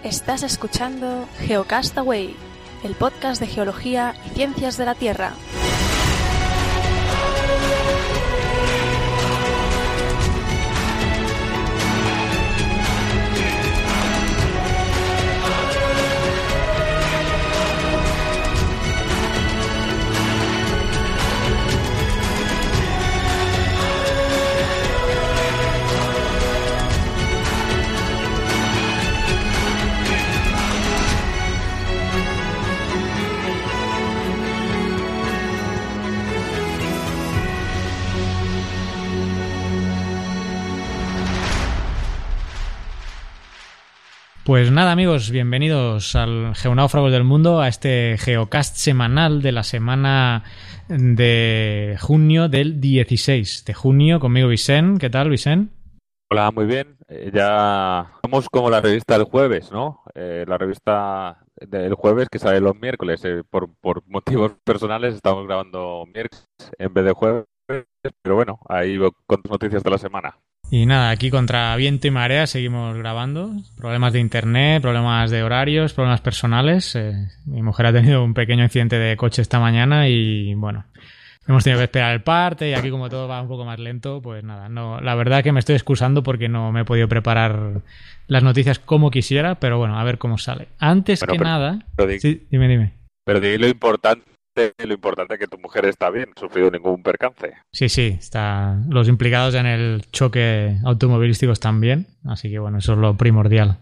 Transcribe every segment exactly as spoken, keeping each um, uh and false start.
Estás escuchando Geocastaway, el podcast de geología y ciencias de la Tierra. Pues nada, amigos, bienvenidos al Geonáufragos del Mundo, a este Geocast semanal de la semana de junio del dieciséis de junio, conmigo Vicent. ¿Qué tal, Vicent? Hola, muy bien. Eh, ya somos como la revista del jueves, ¿no? Eh, la revista del jueves que sale los miércoles. Eh, por, por motivos personales estamos grabando miércoles en vez de jueves, pero bueno, ahí con noticias de la semana. Y nada, aquí contra viento y marea seguimos grabando. Problemas de internet, problemas de horarios, problemas personales. Eh, mi mujer ha tenido un pequeño accidente de coche esta mañana y bueno, hemos tenido que esperar el parte y aquí como todo va un poco más lento, pues nada, no, la verdad que me estoy excusando porque no me he podido preparar las noticias como quisiera, pero bueno, a ver cómo sale. Antes bueno, que pero, nada... Pero di, sí, dime, dime. Pero di lo importante. Lo importante es que tu mujer está bien, no ha sufrido ningún percance. Sí, sí, está. Los implicados en el choque automovilístico están bien, así que bueno, eso es lo primordial.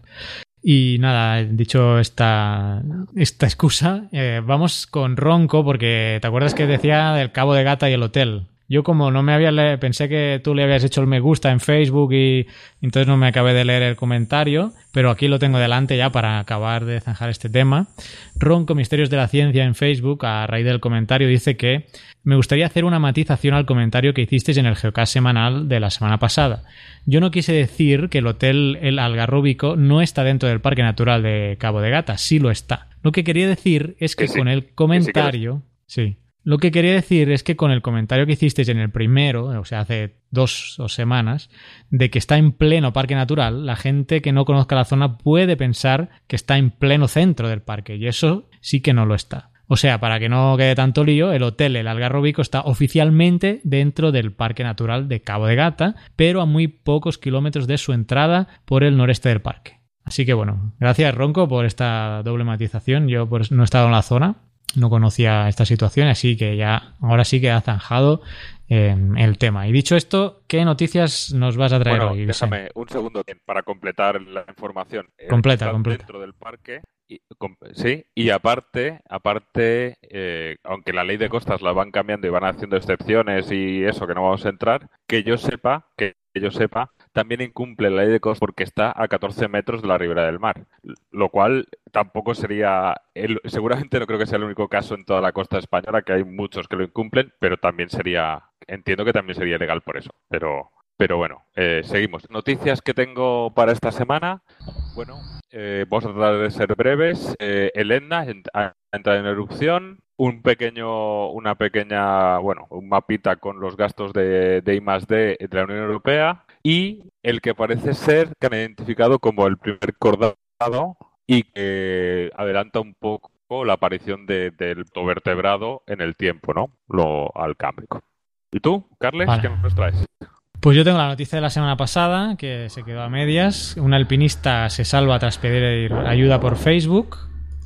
Y nada, dicho esta, esta excusa, eh, vamos con Ronco, porque ¿te acuerdas que decía del Cabo de Gata y el hotel? Yo como no me había le- pensé que tú le habías hecho el me gusta en Facebook y entonces no me acabé de leer el comentario, pero aquí lo tengo delante ya para acabar de zanjar este tema. Ronco Misterios de la Ciencia en Facebook, a raíz del comentario, dice que me gustaría hacer una matización al comentario que hicisteis en el Geocast semanal de la semana pasada. Yo no quise decir que el hotel El Algarróbico no está dentro del Parque Natural de Cabo de Gata, sí lo está. Lo que quería decir es que, que sí, con el comentario... Que sí, que sí. Lo que quería decir es que con el comentario que hicisteis en el primero, o sea, hace dos o semanas, de que está en pleno parque natural, la gente que no conozca la zona puede pensar que está en pleno centro del parque, y eso sí que no lo está. O sea, para que no quede tanto lío, el hotel El Algarróbico está oficialmente dentro del Parque Natural de Cabo de Gata, pero a muy pocos kilómetros de su entrada por el noreste del parque. Así que bueno, gracias Ronco por esta doble matización. Yo pues, no he estado en la zona, no conocía esta situación, así que ya ahora sí que ha zanjado eh, el tema. Y dicho esto, ¿qué noticias nos vas a traer bueno, hoy? Déjame sí. un segundo para completar la información. Completa, completa. Dentro del parque, y, com, sí, y aparte, aparte eh, aunque la ley de costas la van cambiando y van haciendo excepciones y eso, que no vamos a entrar, que yo sepa, que yo sepa, también incumple la ley de costas porque está a catorce metros de la ribera del mar, lo cual tampoco sería, el, seguramente no creo que sea el único caso en toda la costa española, que hay muchos que lo incumplen, pero también sería, entiendo que también sería legal por eso, pero, pero bueno, eh, seguimos. Noticias que tengo para esta semana, bueno, eh, vamos a tratar de ser breves. Eh, el Etna ha entrado en erupción. Un pequeño, una pequeña, bueno, un mapita con los gastos de, de I más D de la Unión Europea y el que parece ser que han identificado como el primer cordado y que adelanta un poco la aparición de, del vertebrado en el tiempo, ¿no? Lo alcámbrico. ¿Y tú, Carles, vale. ¿Qué nos traes? Pues yo tengo la noticia de la semana pasada, que se quedó a medias. Un alpinista se salva tras pedir ayuda por Facebook.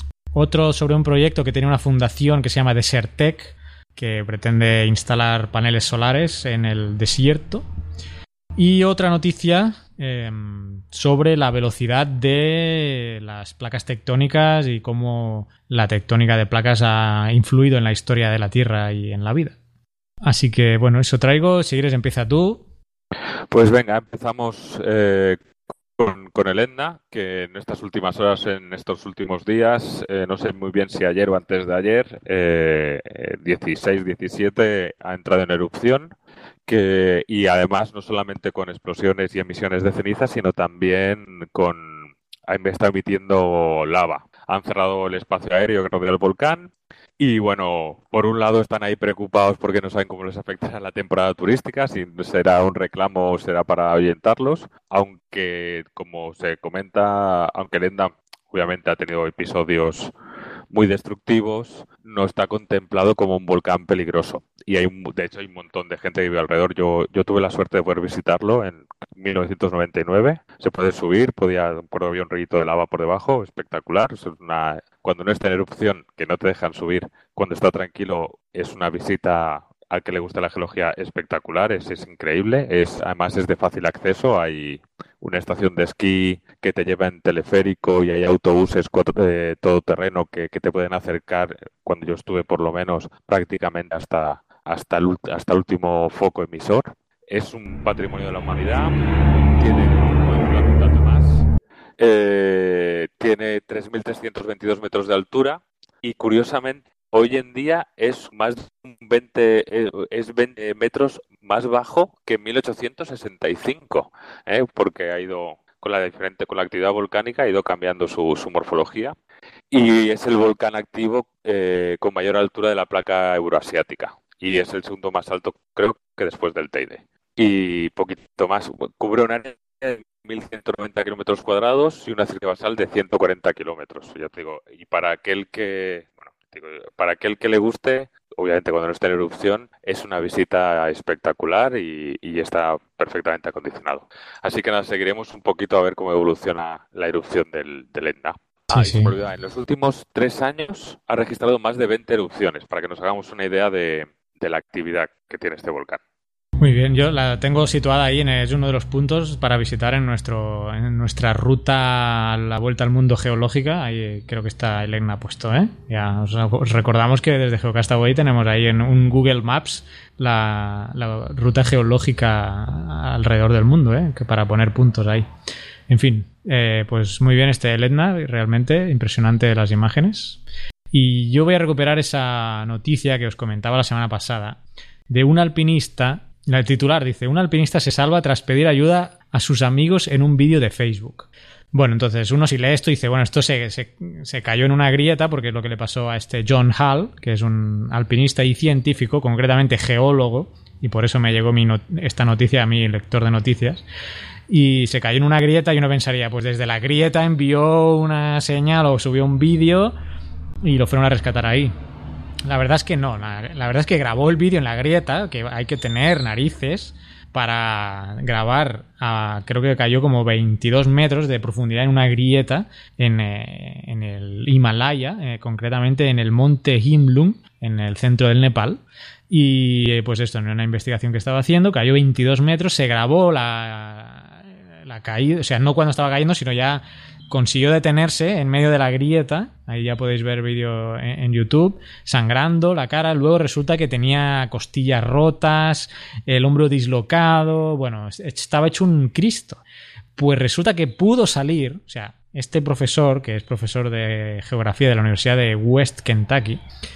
Otro sobre un proyecto que tiene una fundación que se llama Desertec, que pretende instalar paneles solares en el desierto. Y otra noticia eh, sobre la velocidad de las placas tectónicas y cómo la tectónica de placas ha influido en la historia de la Tierra y en la vida. Así que, bueno, eso traigo. Si quieres, empieza tú. Pues venga, empezamos eh, con, con el Etna, que en estas últimas horas, en estos últimos días, eh, no sé muy bien si ayer o antes de ayer, eh, dieciséis diecisiete, ha entrado en erupción. Que, y además no solamente con explosiones y emisiones de ceniza, sino también con está emitiendo lava. Han cerrado el espacio aéreo que rodea el volcán y bueno, por un lado están ahí preocupados porque no saben cómo les afectará la temporada turística, si será un reclamo o será para ahuyentarlos, aunque como se comenta, aunque el Etna obviamente ha tenido episodios muy destructivos, no está contemplado como un volcán peligroso. Y hay un, de hecho hay un montón de gente que vive alrededor. Yo, yo tuve la suerte de poder visitarlo en mil novecientos noventa y nueve. Se puede subir, podía, por había un rayito de lava por debajo, espectacular. Es una, cuando no está en erupción, que no te dejan subir, cuando está tranquilo, es una visita al que le gusta la geología espectacular, es, es increíble. Es, además es de fácil acceso, hay una estación de esquí que te lleva en teleférico y hay autobuses eh, todoterreno que, que te pueden acercar, cuando yo estuve por lo menos, prácticamente hasta, hasta, el, hasta el último foco emisor. Es un patrimonio de la humanidad, tiene, un dato más, eh, tiene tres mil trescientos veintidós metros de altura y curiosamente hoy en día es más de veinte, es veinte metros más bajo que en mil ochocientos sesenta y cinco, ¿eh? Porque ha ido con la diferente con la actividad volcánica ha ido cambiando su, su morfología y es el volcán activo eh, con mayor altura de la placa euroasiática y es el segundo más alto, creo que después del Teide. Y poquito más, cubre un área de mil ciento noventa kilómetros cuadrados y una cirque basal de ciento cuarenta kilómetros. Ya te digo, y para aquel que bueno, digo, para aquel que le guste, obviamente cuando no esté en erupción, es una visita espectacular y, y está perfectamente acondicionado. Así que nada, seguiremos un poquito a ver cómo evoluciona la erupción del, del Etna. Sí, Ah, sí. y se me olvidaba, en los últimos tres años ha registrado más de veinte erupciones, para que nos hagamos una idea de, de la actividad que tiene este volcán. Muy bien, yo la tengo situada ahí, en, es uno de los puntos para visitar en nuestro en nuestra ruta a la vuelta al mundo geológica. Ahí creo que está el Etna puesto, ¿eh? Ya os, os recordamos que desde Geocastaway tenemos ahí en un Google Maps la, la ruta geológica alrededor del mundo, ¿eh? Que para poner puntos ahí. En fin, eh, pues muy bien este el Etna, realmente impresionante las imágenes. Y yo voy a recuperar esa noticia que os comentaba la semana pasada de un alpinista. El titular dice: un alpinista se salva tras pedir ayuda a sus amigos en un vídeo de Facebook. Bueno, entonces uno si lee esto dice, bueno, esto se, se, se cayó en una grieta porque es lo que le pasó a este John Hall, que es un alpinista y científico, concretamente geólogo, y por eso me llegó mi not- esta noticia a mi lector de noticias. Y se cayó en una grieta y uno pensaría, pues desde la grieta envió una señal o subió un vídeo y lo fueron a rescatar ahí. La verdad es que no, la, la verdad es que grabó el vídeo en la grieta, que hay que tener narices para grabar, a, creo que cayó como veintidós metros de profundidad en una grieta en, eh, en el Himalaya, eh, concretamente en el monte Himlung, en el centro del Nepal. Y eh, pues esto, en una investigación que estaba haciendo, cayó veintidós metros, se grabó la, la caída, o sea, no cuando estaba cayendo, sino ya consiguió detenerse en medio de la grieta. Ahí ya podéis ver vídeo en, en YouTube, sangrando la cara. Luego resulta que tenía costillas rotas, el hombro dislocado. Bueno, estaba hecho un Cristo. Pues resulta que pudo salir, o sea, este profesor, que es profesor de geografía de la Universidad de West Kentucky,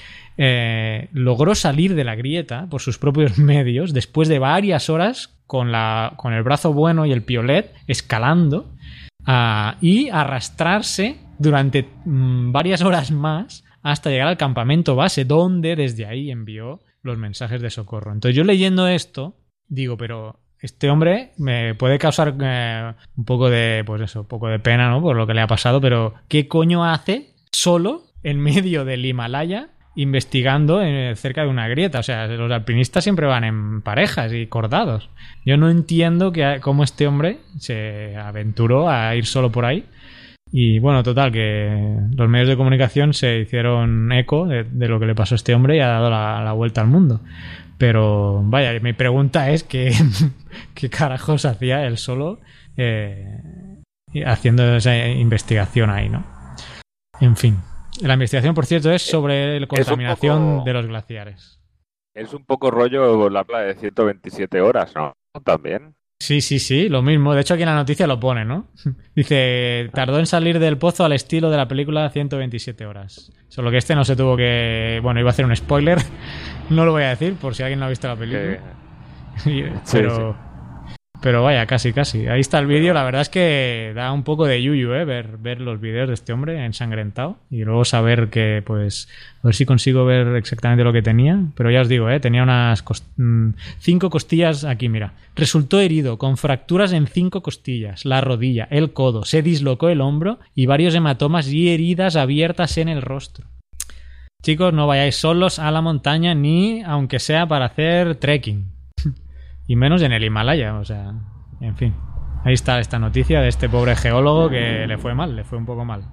eh, logró salir de la grieta por sus propios medios después de varias horas con, la, con el brazo bueno y el piolet escalando. Uh, y arrastrarse durante mmm, varias horas más hasta llegar al campamento base, donde desde ahí envió los mensajes de socorro. Entonces yo leyendo esto digo, pero este hombre me puede causar eh, un poco de, pues eso, un poco de pena, ¿no? Por lo que le ha pasado, pero ¿qué coño hace solo en medio del Himalaya investigando eh, cerca de una grieta? O sea, los alpinistas siempre van en parejas y cordados. Yo no entiendo que, cómo este hombre se aventuró a ir solo por ahí. Y bueno, total, que los medios de comunicación se hicieron eco de, de lo que le pasó a este hombre y ha dado la, la vuelta al mundo. Pero vaya, mi pregunta es que qué carajos hacía él solo eh, haciendo esa investigación ahí, ¿no? En fin. La investigación, por cierto, es sobre la contaminación poco, de los glaciares. Es un poco rollo la plaga de ciento veintisiete horas, ¿no? También. Sí, sí, sí, lo mismo. De hecho, aquí en la noticia lo pone, ¿no? Dice, tardó en salir del pozo al estilo de la película ciento veintisiete horas. Solo que este no se tuvo que... Bueno, iba a hacer un spoiler. No lo voy a decir por si alguien no ha visto la película. Sí. pero... Sí, sí. Pero vaya, casi, casi. Ahí está el vídeo. La verdad es que da un poco de yuyu, ¿eh? Ver, ver los vídeos de este hombre ensangrentado y luego saber que, pues, a ver si consigo ver exactamente lo que tenía. Pero ya os digo, ¿eh? Tenía unas cost- cinco costillas aquí, mira. Resultó herido con fracturas en cinco costillas, la rodilla, el codo, se dislocó el hombro y varios hematomas y heridas abiertas en el rostro. Chicos, no vayáis solos a la montaña ni aunque sea para hacer trekking. Y menos en el Himalaya, o sea, en fin. Ahí está esta noticia de este pobre geólogo que le fue mal, le fue un poco mal.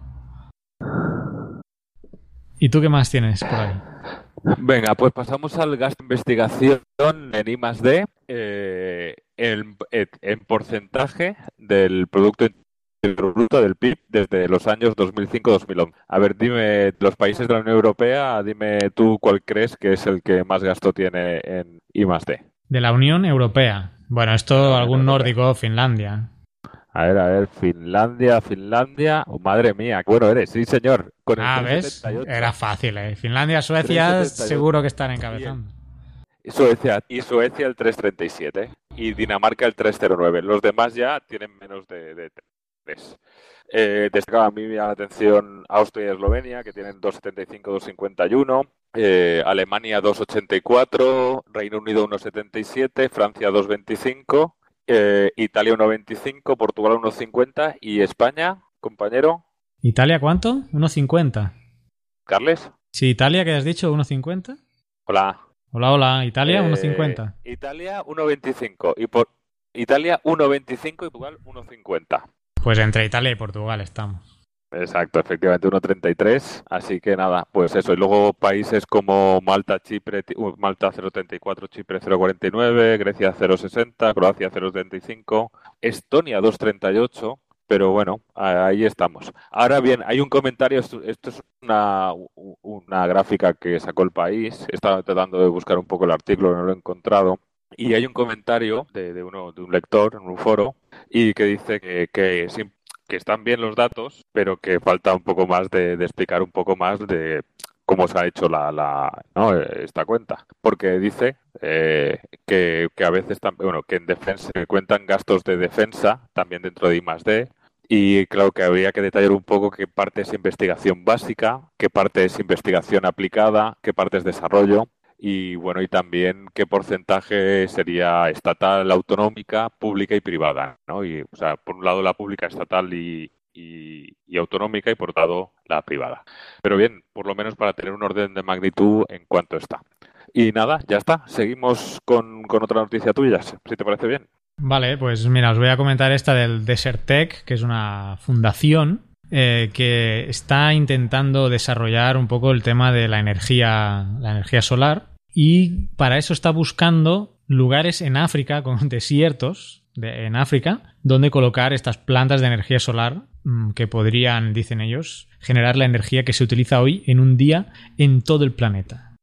¿Y tú qué más tienes por ahí? Venga, pues pasamos al gasto de investigación en I más D, eh, en, en porcentaje del Producto Interior Bruto del P I B desde los años dos mil cinco a dos mil once. A ver, dime, los países de la Unión Europea, dime tú cuál crees que es el que más gasto tiene en I más D. De la Unión Europea. Bueno, esto algún nórdico, Finlandia. A ver, a ver, Finlandia, Finlandia. Oh, madre mía, qué bueno eres, sí señor. Con el ah, ¿ves? Era fácil, ¿eh? Finlandia, Suecia, seguro que están encabezando. Y Suecia, y Suecia el tres treinta y siete y Dinamarca el tres cero nueve. Los demás ya tienen menos de, de tres. Eh, destacaba a mí la atención Austria y Eslovenia, que tienen dos setenta y cinco, dos cincuenta y uno. Eh, Alemania dos ochenta y cuatro, Reino Unido uno setenta y siete, Francia dos veinticinco, eh, Italia uno veinticinco, Portugal uno cincuenta y España, compañero. ¿Italia cuánto? uno cincuenta. ¿Carles? Sí, Italia, ¿qué has dicho? ¿uno cincuenta? Hola. Hola, hola. ¿Italia? Eh, uno cincuenta. Italia uno veinticinco y por Italia uno veinticinco y Portugal uno cincuenta. Pues entre Italia y Portugal estamos. Exacto, efectivamente uno treinta y tres, así que nada, pues eso. Y luego países como Malta, Chipre, uh, Malta cero treinta y cuatro, Chipre cero cuarenta y nueve, Grecia cero sesenta, Croacia cero setenta y cinco, Estonia dos treinta y ocho, pero bueno, ahí estamos. Ahora bien, hay un comentario, esto, esto es una, una gráfica que sacó el país, he estado tratando de buscar un poco el artículo, no lo he encontrado. Y hay un comentario de, de, uno, de un lector en un foro y que dice que, que, que están bien los datos, pero que falta un poco más de, de explicar un poco más de cómo se ha hecho la, la ¿no? esta cuenta. Porque dice eh, que, que a veces, bueno, que en defensa que cuentan gastos de defensa también dentro de I más D. Y claro que habría que detallar un poco qué parte es investigación básica, qué parte es investigación aplicada, qué parte es desarrollo. Y bueno, y también qué porcentaje sería estatal, autonómica, pública y privada, ¿no? Y, o sea, por un lado la pública, estatal y, y, y autonómica y por otro lado la privada. Pero bien, por lo menos para tener un orden de magnitud en cuanto está. Y nada, ya está. Seguimos con, con otra noticia tuya, si te parece bien. Vale, pues mira, os voy a comentar esta del Desertec, que es una fundación Eh, que está intentando desarrollar un poco el tema de la energía, la energía solar, y para eso está buscando lugares en África, con desiertos de, en África, donde colocar estas plantas de energía solar mmm, que podrían, dicen ellos, generar la energía que se utiliza hoy en un día en todo el planeta.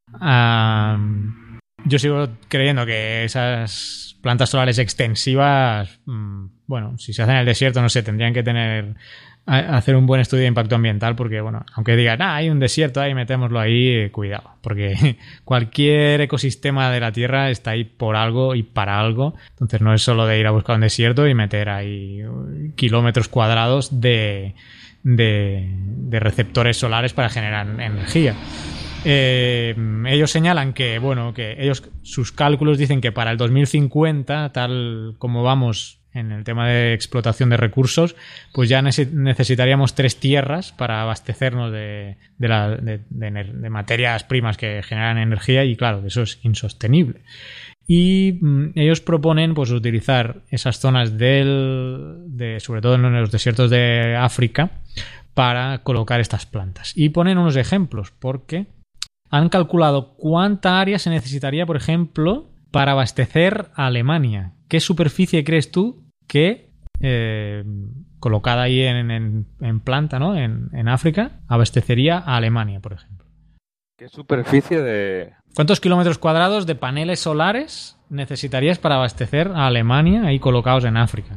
Um, yo sigo creyendo que esas plantas solares extensivas, mmm, bueno, si se hacen en el desierto, no sé, tendrían que tener... hacer un buen estudio de impacto ambiental porque, bueno, aunque digan, ah, hay un desierto ahí, metémoslo ahí, eh, cuidado, porque cualquier ecosistema de la Tierra está ahí por algo y para algo, entonces no es solo de ir a buscar un desierto y meter ahí kilómetros cuadrados de, de, de receptores solares para generar energía. Eh, ellos señalan que, bueno, que ellos, sus cálculos dicen que para el dos mil cincuenta, tal como vamos en el tema de explotación de recursos, pues ya necesitaríamos tres tierras para abastecernos de, de, la, de, de, de materias primas que generan energía, y claro, eso es insostenible. Y mmm, ellos proponen pues utilizar esas zonas del, de, sobre todo en los desiertos de África, para colocar estas plantas. Y ponen unos ejemplos, porque han calculado cuánta área se necesitaría, por ejemplo, para abastecer a Alemania. ¿Qué superficie crees tú que, eh, colocada ahí en, en, en planta, ¿no? En, en África, abastecería a Alemania, por ejemplo? ¿Qué superficie de...? ¿Cuántos kilómetros cuadrados de paneles solares necesitarías para abastecer a Alemania ahí colocados en África?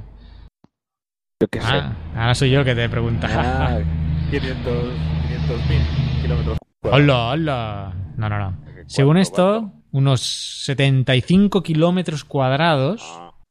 Yo qué sé. Ah, ahora soy yo el que te pregunta. Ah, quinientos mil kilómetros cuadrados. ¡Hola, hola! No, no, no. Según esto, unos setenta y cinco kilómetros cuadrados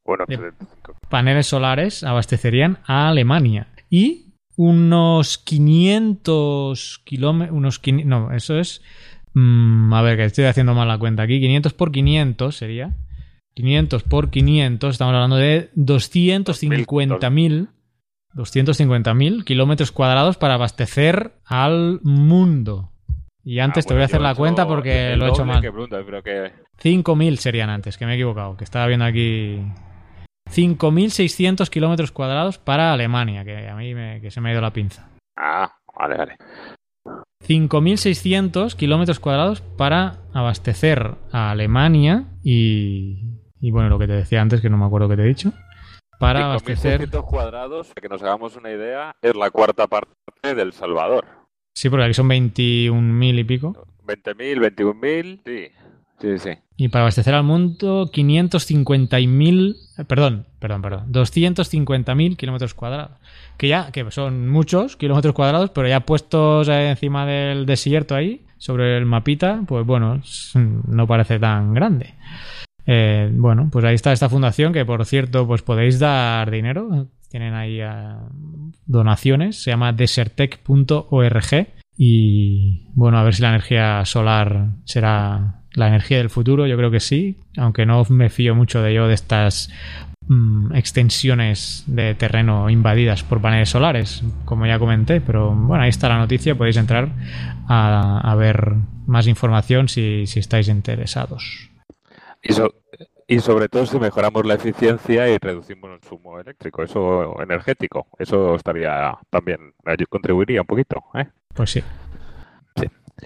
Bueno, de setenta y cinco. paneles solares abastecerían a Alemania. Y unos quinientos kilómetros... Unos quinientos, no, eso es... Mmm, a ver, que estoy haciendo mal la cuenta aquí. quinientos por quinientos sería... quinientos por quinientos, estamos hablando de doscientos cincuenta mil doscientos cincuenta mil kilómetros cuadrados para abastecer al mundo. Y antes Ah, te voy a bueno, hacer yo la he hecho cuenta porque el lo he hecho doble mal. que pregunta, pero que... cinco mil serían antes, que me he equivocado, que estaba viendo aquí cinco mil seiscientos kilómetros cuadrados para Alemania, que a mí me, que se me ha ido la pinza. Ah, vale, vale. cinco mil seiscientos kilómetros cuadrados para abastecer a Alemania y, y bueno, lo que te decía antes, que no me acuerdo qué te he dicho, para abastecer... cinco mil seiscientos cuadrados, para que nos hagamos una idea, es la cuarta parte del Salvador. Sí, porque aquí son veintiún mil y pico. veinte mil, veintiún mil, sí. Sí, sí. Y para abastecer al mundo, quinientos cincuenta mil... Perdón, perdón, perdón. doscientos cincuenta mil kilómetros cuadrados. Que ya, que son muchos kilómetros cuadrados, pero ya puestos encima del desierto ahí, sobre el mapita, pues bueno, no parece tan grande. Eh, bueno, pues ahí está esta fundación, que por cierto, pues podéis dar dinero. Tienen ahí uh, donaciones. Se llama desertec punto org. Y bueno, a ver si la energía solar será la energía del futuro. Yo creo que sí, aunque no me fío mucho de yo de estas mmm, extensiones de terreno invadidas por paneles solares, como ya comenté. Pero bueno, ahí está la noticia. Podéis entrar a, a ver más información si, si estáis interesados. Y, so, y sobre todo si mejoramos la eficiencia y reducimos el consumo eléctrico, eso energético, eso estaría también, contribuiría un poquito, ¿eh? Pues sí. Sí.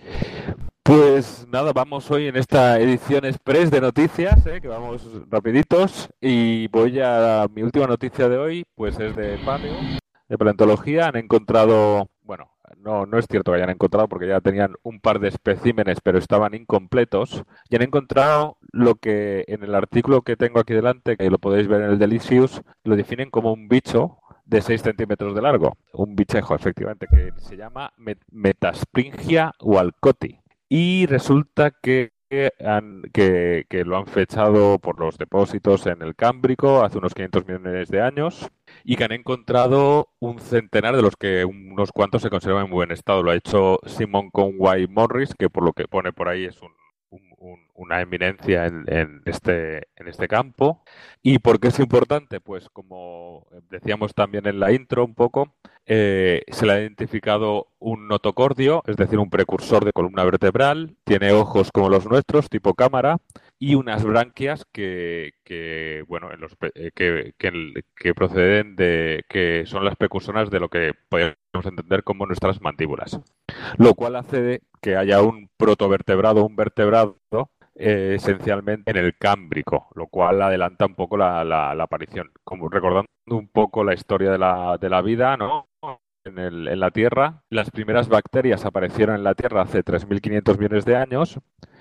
Pues nada, vamos hoy en esta edición express de noticias, ¿eh? Que vamos rapiditos, y voy a mi última noticia de hoy, pues es de paleo, de paleontología. Han encontrado, bueno, no, no es cierto que hayan encontrado porque ya tenían un par de especímenes, pero estaban incompletos, y han encontrado lo que en el artículo que tengo aquí delante, que lo podéis ver en el Delicious, lo definen como un bicho de seis centímetros de largo, un bichejo, efectivamente, que se llama Metaspringia walcotti. Y resulta que, que, han, que, que lo han fechado por los depósitos en el Cámbrico hace unos quinientos millones de años, y que han encontrado un centenar, de los que unos cuantos se conservan en buen estado. Lo ha hecho Simon Conway Morris, que por lo que pone por ahí es un, un, un, una eminencia en, en, este, en este campo. ¿Y por qué es importante? Pues como decíamos también en la intro un poco, eh, se le ha identificado un notocordio, es decir, un precursor de columna vertebral, tiene ojos como los nuestros, tipo cámara, y unas branquias que, que bueno, en los, eh, que, que, que proceden de, que son las precursoras de lo que podemos entender como nuestras mandíbulas. Lo cual hace que haya un protovertebrado, un vertebrado, eh, esencialmente en el Cámbrico, lo cual adelanta un poco la, la, la aparición. Como recordando un poco la historia de la, de la vida, ¿no? En, el, en la Tierra, las primeras bacterias aparecieron en la Tierra hace tres mil quinientos millones de años.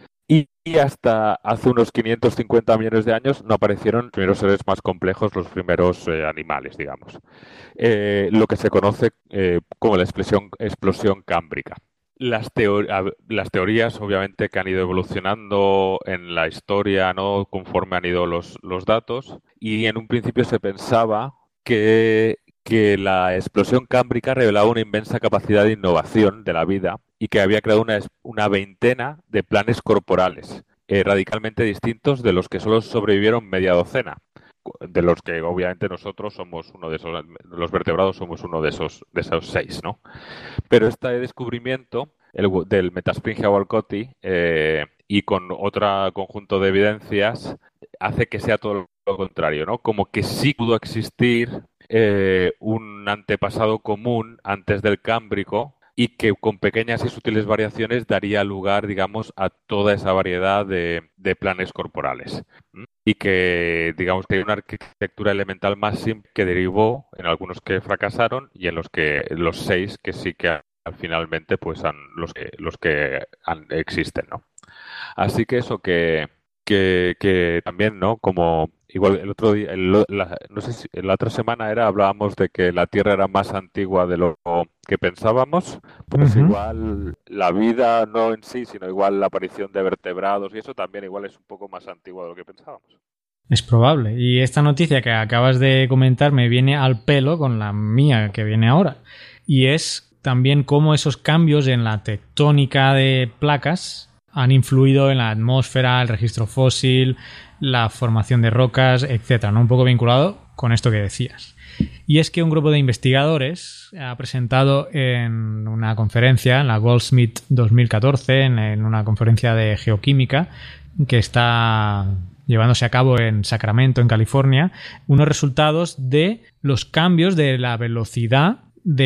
Y hasta hace unos quinientos cincuenta millones de años no aparecieron los primeros seres más complejos, los primeros eh, animales, digamos. Eh, lo que se conoce eh, como la explosión, explosión cámbrica. Las, teor- las teorías, obviamente, que han ido evolucionando en la historia, ¿no? Conforme han ido los, los datos. Y en un principio se pensaba que, que la explosión cámbrica revelaba una inmensa capacidad de innovación de la vida y que había creado una, una veintena de planes corporales eh, radicalmente distintos, de los que solo sobrevivieron media docena, de los que obviamente nosotros somos uno de esos, los vertebrados somos uno de esos, de esos seis, ¿no? Pero este descubrimiento el, del Metaspringia walcotti eh, y con otro conjunto de evidencias hace que sea todo lo contrario, ¿no? Como que sí pudo existir eh, un antepasado común antes del Cámbrico, y que con pequeñas y sutiles variaciones daría lugar, digamos, a toda esa variedad de, de planes corporales. ¿Mm? Y que, digamos, que hay una arquitectura elemental más simple que derivó en algunos que fracasaron y en los que los seis que sí que finalmente pues han, los que los que han, existen, ¿no? Así que eso que que, que también, ¿no? Como igual el otro día, el, la, no sé si la otra semana era, hablábamos de que la Tierra era más antigua de lo que pensábamos, pues uh-huh. Igual la vida no en sí, sino igual la aparición de vertebrados y eso también igual es un poco más antigua de lo que pensábamos. Es probable. Y esta noticia que acabas de comentar me viene al pelo con la mía que viene ahora. Y es también cómo esos cambios en la tectónica de placas han influido en la atmósfera, el registro fósil, la formación de rocas, etcétera, ¿no? Un poco vinculado con esto que decías. Y es que un grupo de investigadores ha presentado en una conferencia, en la Goldsmith dos mil catorce, en, en una conferencia de geoquímica que está llevándose a cabo en Sacramento, en California, unos resultados de los cambios de la velocidad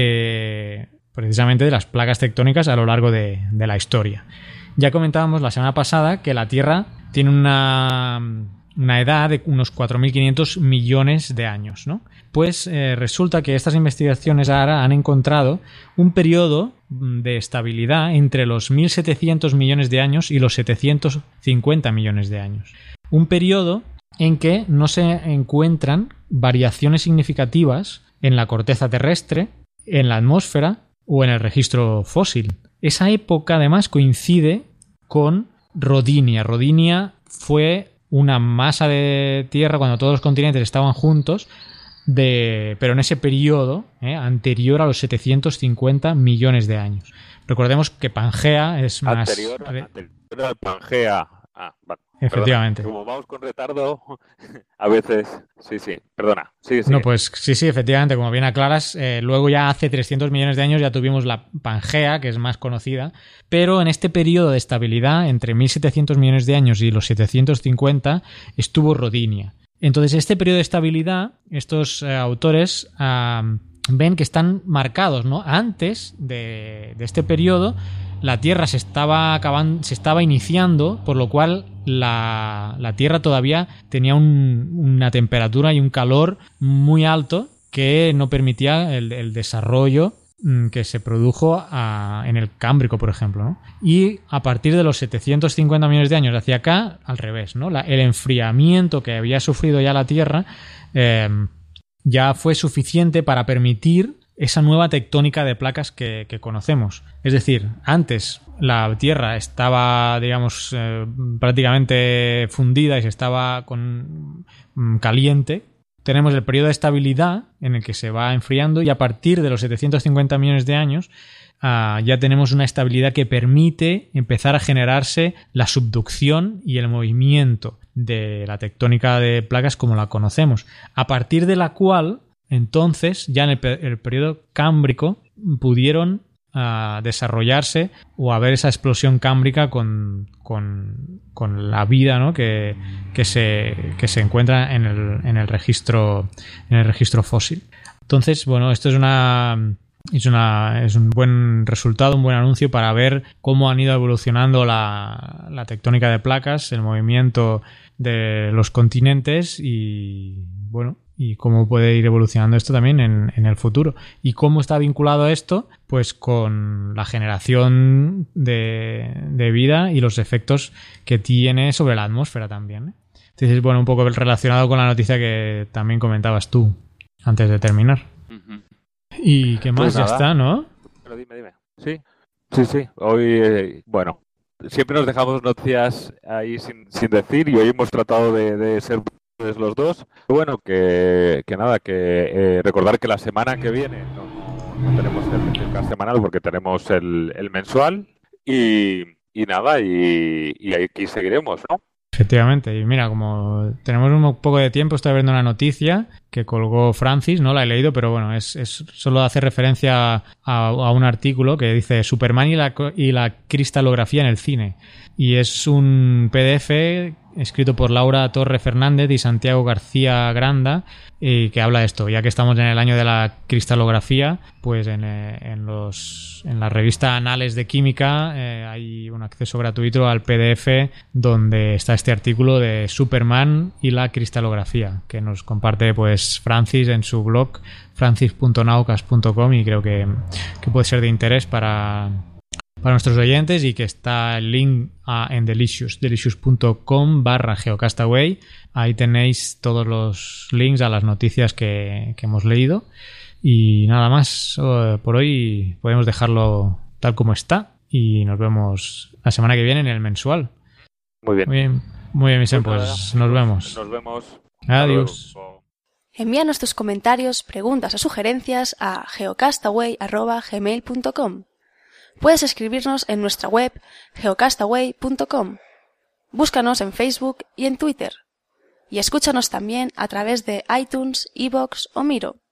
de precisamente de las placas tectónicas a lo largo de, de la historia. Ya comentábamos la semana pasada que la Tierra tiene una, una edad de unos cuatro mil quinientos millones de años, ¿no? Pues eh, resulta que estas investigaciones ahora han encontrado un periodo de estabilidad entre los mil setecientos millones de años y los setecientos cincuenta millones de años. Un periodo en que no se encuentran variaciones significativas en la corteza terrestre, en la atmósfera o en el registro fósil. Esa época además coincide con Rodinia. Rodinia fue una masa de tierra cuando todos los continentes estaban juntos, de, pero en ese periodo eh, anterior a los setecientos cincuenta millones de años. Recordemos que Pangea es más... Anterior, anterior al Pangea. Ah, vale. Efectivamente. Perdona, como vamos con retardo, a veces... Sí, sí, perdona. Sí, sí. No, pues sí, sí, efectivamente, como bien aclaras, eh, luego ya hace trescientos millones de años ya tuvimos la Pangea, que es más conocida, pero en este periodo de estabilidad, entre mil setecientos millones de años y los setecientos cincuenta, estuvo Rodinia. Entonces, este periodo de estabilidad, estos eh, autores eh, ven que están marcados, ¿no? Antes de, de este periodo, la Tierra se estaba acabando, se estaba iniciando, por lo cual la, la Tierra todavía tenía un, una temperatura y un calor muy alto que no permitía el, el desarrollo que se produjo a, en el Cámbrico, por ejemplo, ¿no? Y a partir de los setecientos cincuenta millones de años hacia acá, al revés, ¿no? La, el enfriamiento que había sufrido ya la Tierra eh, ya fue suficiente para permitir esa nueva tectónica de placas que, que conocemos. Es decir, antes la Tierra estaba, digamos, eh, prácticamente fundida y se estaba con, mm, caliente. Tenemos el periodo de estabilidad en el que se va enfriando y a partir de los setecientos cincuenta millones de años uh, ya tenemos una estabilidad que permite empezar a generarse la subducción y el movimiento de la tectónica de placas como la conocemos, a partir de la cual entonces ya en el, el periodo cámbrico pudieron uh, desarrollarse o haber esa explosión cámbrica con, con, con la vida, ¿no? que, que, se, que se encuentra en el, en el registro en el registro fósil. Entonces, bueno, esto es una es una es un buen resultado, un buen anuncio para ver cómo han ido evolucionando la, la tectónica de placas, el movimiento de los continentes y bueno, y cómo puede ir evolucionando esto también en, en el futuro. ¿Y cómo está vinculado esto? Pues con la generación de, de vida y los efectos que tiene sobre la atmósfera también, ¿eh? Entonces, bueno, un poco relacionado con la noticia que también comentabas tú antes de terminar. Uh-huh. ¿Y qué más? Pues ya está, ¿no? Pero dime, dime. Sí, sí, sí. Hoy, eh, bueno, siempre nos dejamos noticias ahí sin, sin decir y hoy hemos tratado de, de ser los dos. Bueno, que, que nada, que eh, recordar que la semana que viene no, no tenemos el, el cast semanal porque tenemos el, el mensual y, y nada, y, y aquí seguiremos, ¿no? Efectivamente, y mira, como tenemos un poco de tiempo, estoy viendo una noticia que colgó Francis, no la he leído, pero bueno, es, es solo hace referencia a, a un artículo que dice Superman y la, y la cristalografía en el cine. Y es un P D F escrito por Laura Torre Fernández y Santiago García Granda, y que habla de esto. Ya que estamos en el año de la cristalografía, pues en, en, los, en la revista Anales de Química eh, hay un acceso gratuito al P D F donde está este artículo de Superman y la cristalografía, que nos comparte pues Francis en su blog francis punto naucas punto com, y creo que, que puede ser de interés para... para nuestros oyentes, y que está el link a, en Delicious, delicious punto com barra geocastaway. Ahí tenéis todos los links a las noticias que, que hemos leído. Y nada más, por hoy podemos dejarlo tal como está y nos vemos la semana que viene en el mensual. Muy bien. Muy bien. Muy bien, Vicente, pues nos vemos. Nos vemos. Adiós. Envíanos tus comentarios, preguntas o sugerencias a geocastaway arroba gmail punto com. Puedes escribirnos en nuestra web geocastaway punto com. Búscanos en Facebook y en Twitter. Y escúchanos también a través de iTunes, iVoox o Miro.